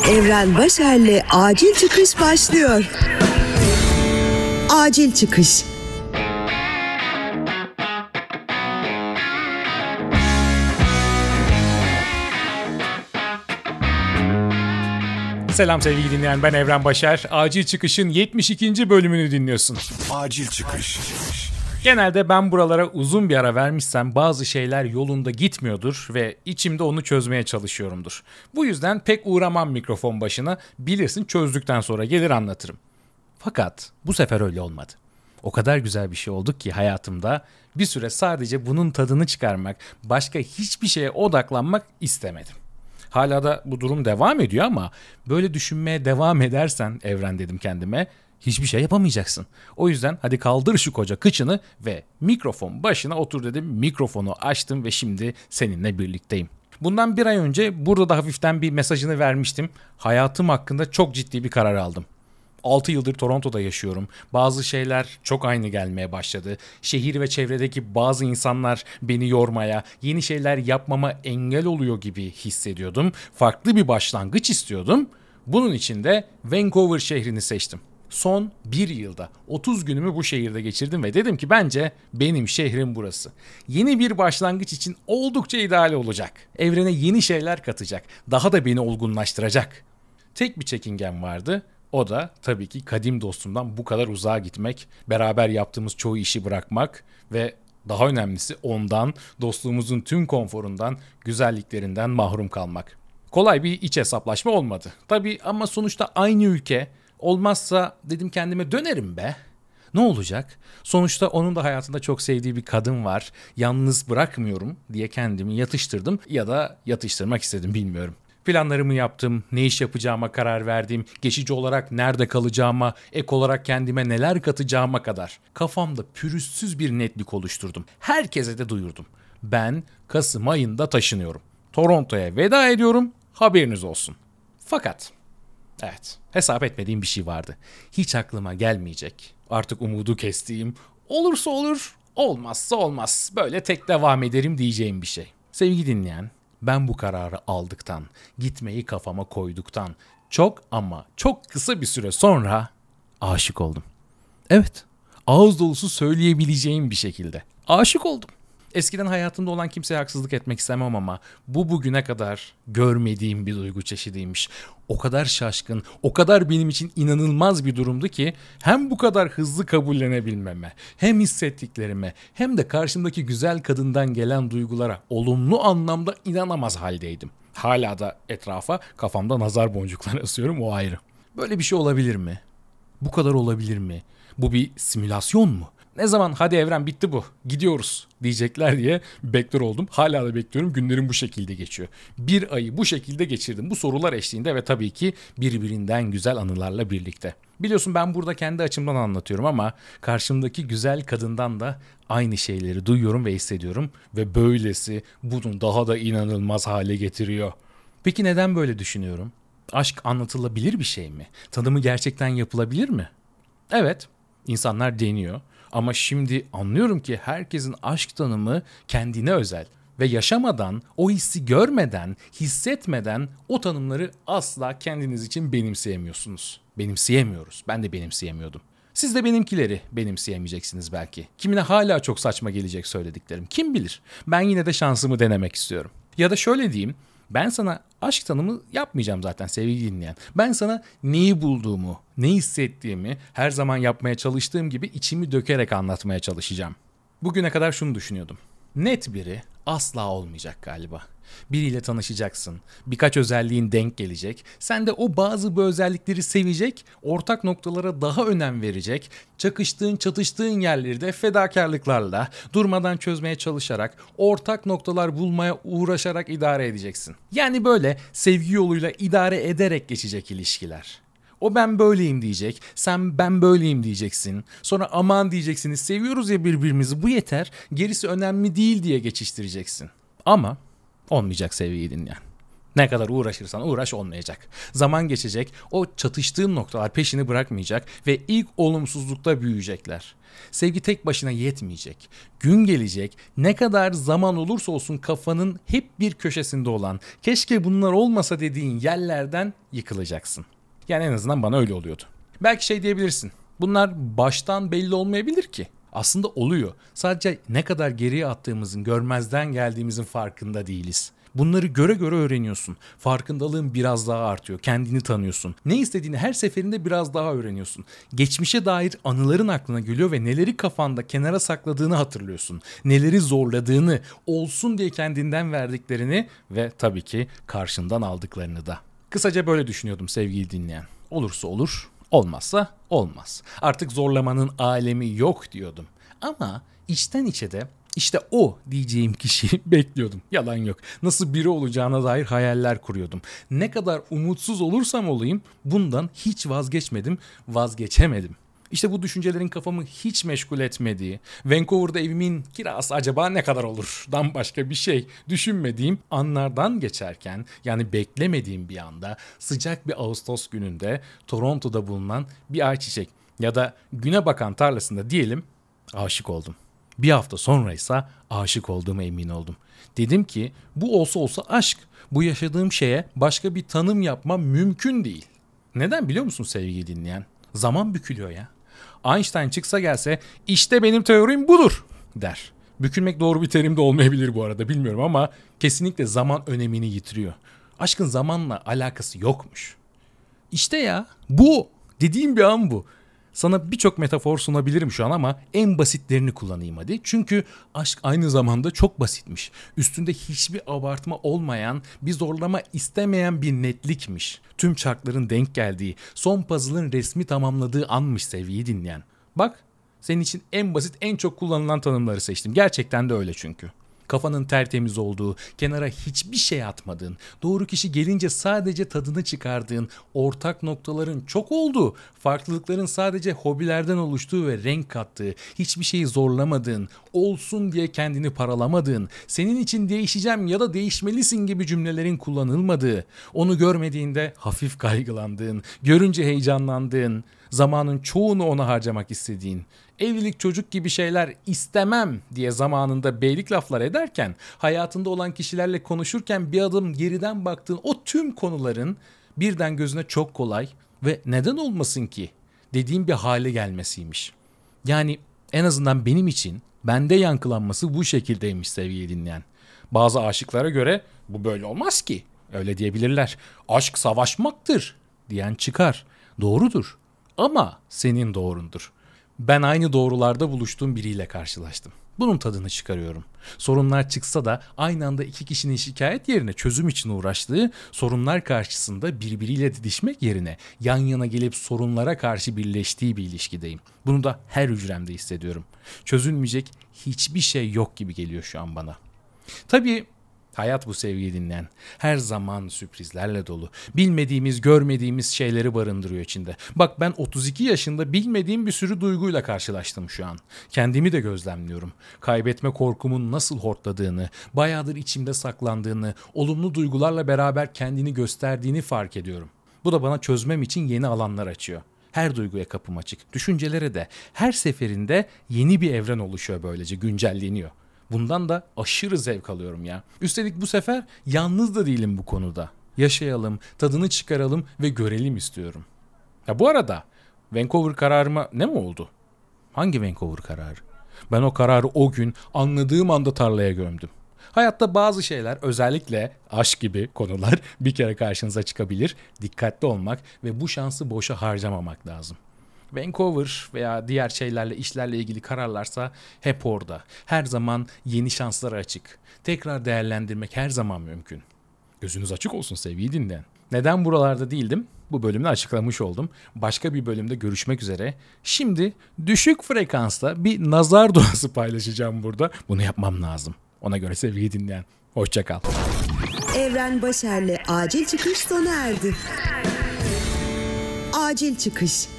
Evren Başer'le Acil Çıkış başlıyor. Acil Çıkış. Selam sevgili dinleyen, ben Evren Başer. Acil Çıkış'ın 72. bölümünü dinliyorsun. Acil Çıkış. Genelde ben buralara uzun bir ara vermişsem bazı şeyler yolunda gitmiyordur ve içimde onu çözmeye çalışıyorumdur. Bu yüzden pek uğramam mikrofon başına, bilirsin çözdükten sonra gelir anlatırım. Fakat bu sefer öyle olmadı. O kadar güzel bir şey oldu ki hayatımda bir süre sadece bunun tadını çıkarmak, başka hiçbir şeye odaklanmak istemedim. Hala da bu durum devam ediyor ama böyle düşünmeye devam edersen Evren dedim kendime, hiçbir şey yapamayacaksın. O yüzden hadi kaldır şu koca kıçını ve mikrofon başına otur dedim. Mikrofonu açtım ve şimdi seninle birlikteyim. Bundan bir ay önce burada da hafiften bir mesajını vermiştim. Hayatım hakkında çok ciddi bir karar aldım. 6 yıldır Toronto'da yaşıyorum. Bazı şeyler çok aynı gelmeye başladı. Şehir ve çevredeki bazı insanlar beni yormaya, yeni şeyler yapmama engel oluyor gibi hissediyordum. Farklı bir başlangıç istiyordum. Bunun için de Vancouver şehrini seçtim. Son bir yılda 30 günümü bu şehirde geçirdim ve dedim ki bence benim şehrim burası. Yeni bir başlangıç için oldukça ideal olacak. Evrene yeni şeyler katacak. Daha da beni olgunlaştıracak. Tek bir çekingem vardı. O da tabii ki kadim dostumdan bu kadar uzağa gitmek, beraber yaptığımız çoğu işi bırakmak ve daha önemlisi ondan, dostluğumuzun tüm konforundan, güzelliklerinden mahrum kalmak. Kolay bir iç hesaplaşma olmadı. Tabii ama sonuçta aynı ülke. Olmazsa dedim kendime dönerim be. Ne olacak? Sonuçta onun da hayatında çok sevdiği bir kadın var. Yalnız bırakmıyorum diye kendimi yatıştırdım ya da yatıştırmak istedim bilmiyorum. Planlarımı yaptım, ne iş yapacağıma karar verdim, geçici olarak nerede kalacağıma, ek olarak kendime neler katacağıma kadar. Kafamda pürüzsüz bir netlik oluşturdum. Herkese de duyurdum. Ben Kasım ayında taşınıyorum. Toronto'ya veda ediyorum, haberiniz olsun. Fakat, evet, hesap etmediğim bir şey vardı. Hiç aklıma gelmeyecek, artık umudu kestiğim, olursa olur, olmazsa olmaz, böyle tek devam ederim diyeceğim bir şey. Sevgili dinleyen, ben bu kararı aldıktan, gitmeyi kafama koyduktan çok ama çok kısa bir süre sonra aşık oldum. Evet, ağız dolusu söyleyebileceğim bir şekilde aşık oldum. Eskiden hayatımda olan kimseye haksızlık etmek istemem ama bu bugüne kadar görmediğim bir duygu çeşidiymiş. O kadar şaşkın, o kadar benim için inanılmaz bir durumdu ki hem bu kadar hızlı kabullenebilmeme, hem hissettiklerime, hem de karşımdaki güzel kadından gelen duygulara olumlu anlamda inanamaz haldeydim. Hala da etrafa kafamda nazar boncukları asıyorum, o ayrı. Böyle bir şey olabilir mi? Bu kadar olabilir mi? Bu bir simülasyon mu? Ne zaman hadi evren bitti bu, gidiyoruz diyecekler diye bekler oldum. Hala da bekliyorum, günlerim bu şekilde geçiyor. Bir ayı bu şekilde geçirdim bu sorular eşliğinde ve tabii ki birbirinden güzel anılarla birlikte. Biliyorsun ben burada kendi açımdan anlatıyorum ama karşımdaki güzel kadından da aynı şeyleri duyuyorum ve hissediyorum. Ve böylesi bunu daha da inanılmaz hale getiriyor. Peki neden böyle düşünüyorum? Aşk anlatılabilir bir şey mi? Tanımı gerçekten yapılabilir mi? Evet, insanlar deniyor. Ama şimdi anlıyorum ki herkesin aşk tanımı kendine özel ve yaşamadan, o hissi görmeden, hissetmeden o tanımları asla kendiniz için benimseyemiyorsunuz. Benimseyemiyoruz. Ben de benimseyemiyordum. Siz de benimkileri benimseyemeyeceksiniz belki. Kimine hala çok saçma gelecek söylediklerim. Kim bilir? Ben yine de şansımı denemek istiyorum. Ya da şöyle diyeyim. Ben sana aşk tanımı yapmayacağım zaten sevgili dinleyen. Ben sana neyi bulduğumu, ne hissettiğimi her zaman yapmaya çalıştığım gibi içimi dökerek anlatmaya çalışacağım. Bugüne kadar şunu düşünüyordum. Net biri asla olmayacak galiba. Biriyle tanışacaksın, birkaç özelliğin denk gelecek, sen de o bazı bu özellikleri sevecek, ortak noktalara daha önem verecek, çatıştığın yerleri de fedakarlıklarla, durmadan çözmeye çalışarak, ortak noktalar bulmaya uğraşarak idare edeceksin. Yani böyle sevgi yoluyla idare ederek geçecek ilişkiler. O ben böyleyim diyecek, sen ben böyleyim diyeceksin. Sonra aman diyeceksiniz, seviyoruz ya birbirimizi, bu yeter, gerisi önemli değil diye geçiştireceksin. Ama olmayacak sevgili dinleyen. Ne kadar uğraşırsan uğraş olmayacak. Zaman geçecek, o çatıştığın noktalar peşini bırakmayacak ve ilk olumsuzlukta büyüyecekler. Sevgi tek başına yetmeyecek. Gün gelecek, ne kadar zaman olursa olsun kafanın hep bir köşesinde olan, keşke bunlar olmasa dediğin yerlerden yıkılacaksın. Yani en azından bana öyle oluyordu. Belki şey diyebilirsin, bunlar baştan belli olmayabilir ki. Aslında oluyor. Sadece ne kadar geriye attığımızın, görmezden geldiğimizin farkında değiliz. Bunları göre göre öğreniyorsun. Farkındalığın biraz daha artıyor. Kendini tanıyorsun. Ne istediğini her seferinde biraz daha öğreniyorsun. Geçmişe dair anıların aklına geliyor ve neleri kafanda kenara sakladığını hatırlıyorsun. Neleri zorladığını, olsun diye kendinden verdiklerini ve tabii ki karşından aldıklarını da. Kısaca böyle düşünüyordum sevgili dinleyen. Olursa olur, olmazsa olmaz. Artık zorlamanın alemi yok diyordum. Ama içten içe de İşte o diyeceğim kişiyi bekliyordum. Yalan yok. Nasıl biri olacağına dair hayaller kuruyordum. Ne kadar umutsuz olursam olayım bundan hiç vazgeçmedim, vazgeçemedim. İşte bu düşüncelerin kafamı hiç meşgul etmediği, Vancouver'da evimin kirası acaba ne kadar olur? Dan başka bir şey düşünmediğim anlardan geçerken, yani beklemediğim bir anda sıcak bir Ağustos gününde Toronto'da bulunan bir ayçiçek ya da güne bakan tarlasında diyelim aşık oldum. Bir hafta sonra ise aşık olduğuma emin oldum. Dedim ki bu olsa olsa aşk. Bu yaşadığım şeye başka bir tanım yapmam mümkün değil. Neden biliyor musun sevgili dinleyen? Zaman bükülüyor ya. Einstein çıksa gelse işte benim teorim budur der. Bükülmek doğru bir terim de olmayabilir bu arada bilmiyorum ama kesinlikle zaman önemini yitiriyor. Aşkın zamanla alakası yokmuş. İşte ya bu dediğim bir an bu. Sana birçok metafor sunabilirim şu an ama en basitlerini kullanayım hadi. Çünkü aşk aynı zamanda çok basitmiş. Üstünde hiçbir abartma olmayan, bir zorlama istemeyen bir netlikmiş. Tüm çarkların denk geldiği, son puzzle'ın resmi tamamladığı anmış sevgili dinleyen. Bak, senin için en basit, en çok kullanılan tanımları seçtim. Gerçekten de öyle çünkü. Kafanın tertemiz olduğu, kenara hiçbir şey atmadığın, doğru kişi gelince sadece tadını çıkardığın, ortak noktaların çok olduğu, farklılıkların sadece hobilerden oluştuğu ve renk kattığı, hiçbir şeyi zorlamadığın, olsun diye kendini paralamadığın, senin için değişeceğim ya da değişmelisin gibi cümlelerin kullanılmadığı, onu görmediğinde hafif kaygılandığın, görünce heyecanlandığın, zamanın çoğunu ona harcamak istediğin, evlilik çocuk gibi şeyler istemem diye zamanında beylik laflar ederken, hayatında olan kişilerle konuşurken bir adım geriden baktığın o tüm konuların birden gözüne çok kolay ve neden olmasın ki dediğim bir hale gelmesiymiş. Yani en azından benim için bende yankılanması bu şekildeymiş sevgili dinleyen. Bazı aşıklara göre bu böyle olmaz ki. Öyle diyebilirler. Aşk savaşmaktır diyen çıkar. Doğrudur. Ama senin doğrundur. Ben aynı doğrularda buluştuğum biriyle karşılaştım. Bunun tadını çıkarıyorum. Sorunlar çıksa da aynı anda iki kişinin şikayet yerine çözüm için uğraştığı, sorunlar karşısında birbiriyle didişmek yerine yan yana gelip sorunlara karşı birleştiği bir ilişkideyim. Bunu da her hücremde hissediyorum. Çözülmeyecek hiçbir şey yok gibi geliyor şu an bana. Tabii hayat bu sevgili dinleyen. Her zaman sürprizlerle dolu. Bilmediğimiz, görmediğimiz şeyleri barındırıyor içinde. Bak ben 32 yaşında bilmediğim bir sürü duyguyla karşılaştım şu an. Kendimi de gözlemliyorum. Kaybetme korkumun nasıl hortladığını, bayağıdır içimde saklandığını, olumlu duygularla beraber kendini gösterdiğini fark ediyorum. Bu da bana çözmem için yeni alanlar açıyor. Her duyguya kapım açık. Düşüncelere de her seferinde yeni bir evren oluşuyor böylece, güncelleniyor. Bundan da aşırı zevk alıyorum ya. Üstelik bu sefer yalnız da değilim bu konuda. Yaşayalım, tadını çıkaralım ve görelim istiyorum. Ya bu arada Vancouver kararıma ne mi oldu? Hangi Vancouver kararı? Ben o kararı o gün anladığım anda tarlaya gömdüm. Hayatta bazı şeyler, özellikle aşk gibi konular bir kere karşınıza çıkabilir. Dikkatli olmak ve bu şansı boşa harcamamak lazım. Vancouver veya diğer şeylerle, işlerle ilgili kararlarsa hep orada. Her zaman yeni şanslara açık. Tekrar değerlendirmek her zaman mümkün. Gözünüz açık olsun sevgili dinleyen. Neden buralarda değildim? Bu bölümde açıklamış oldum. Başka bir bölümde görüşmek üzere. Şimdi düşük frekansta bir nazar duası paylaşacağım burada. Bunu yapmam lazım. Ona göre sevgili dinleyen. Hoşça kal. Evren Başer'le Acil Çıkış sona erdi. Acil Çıkış.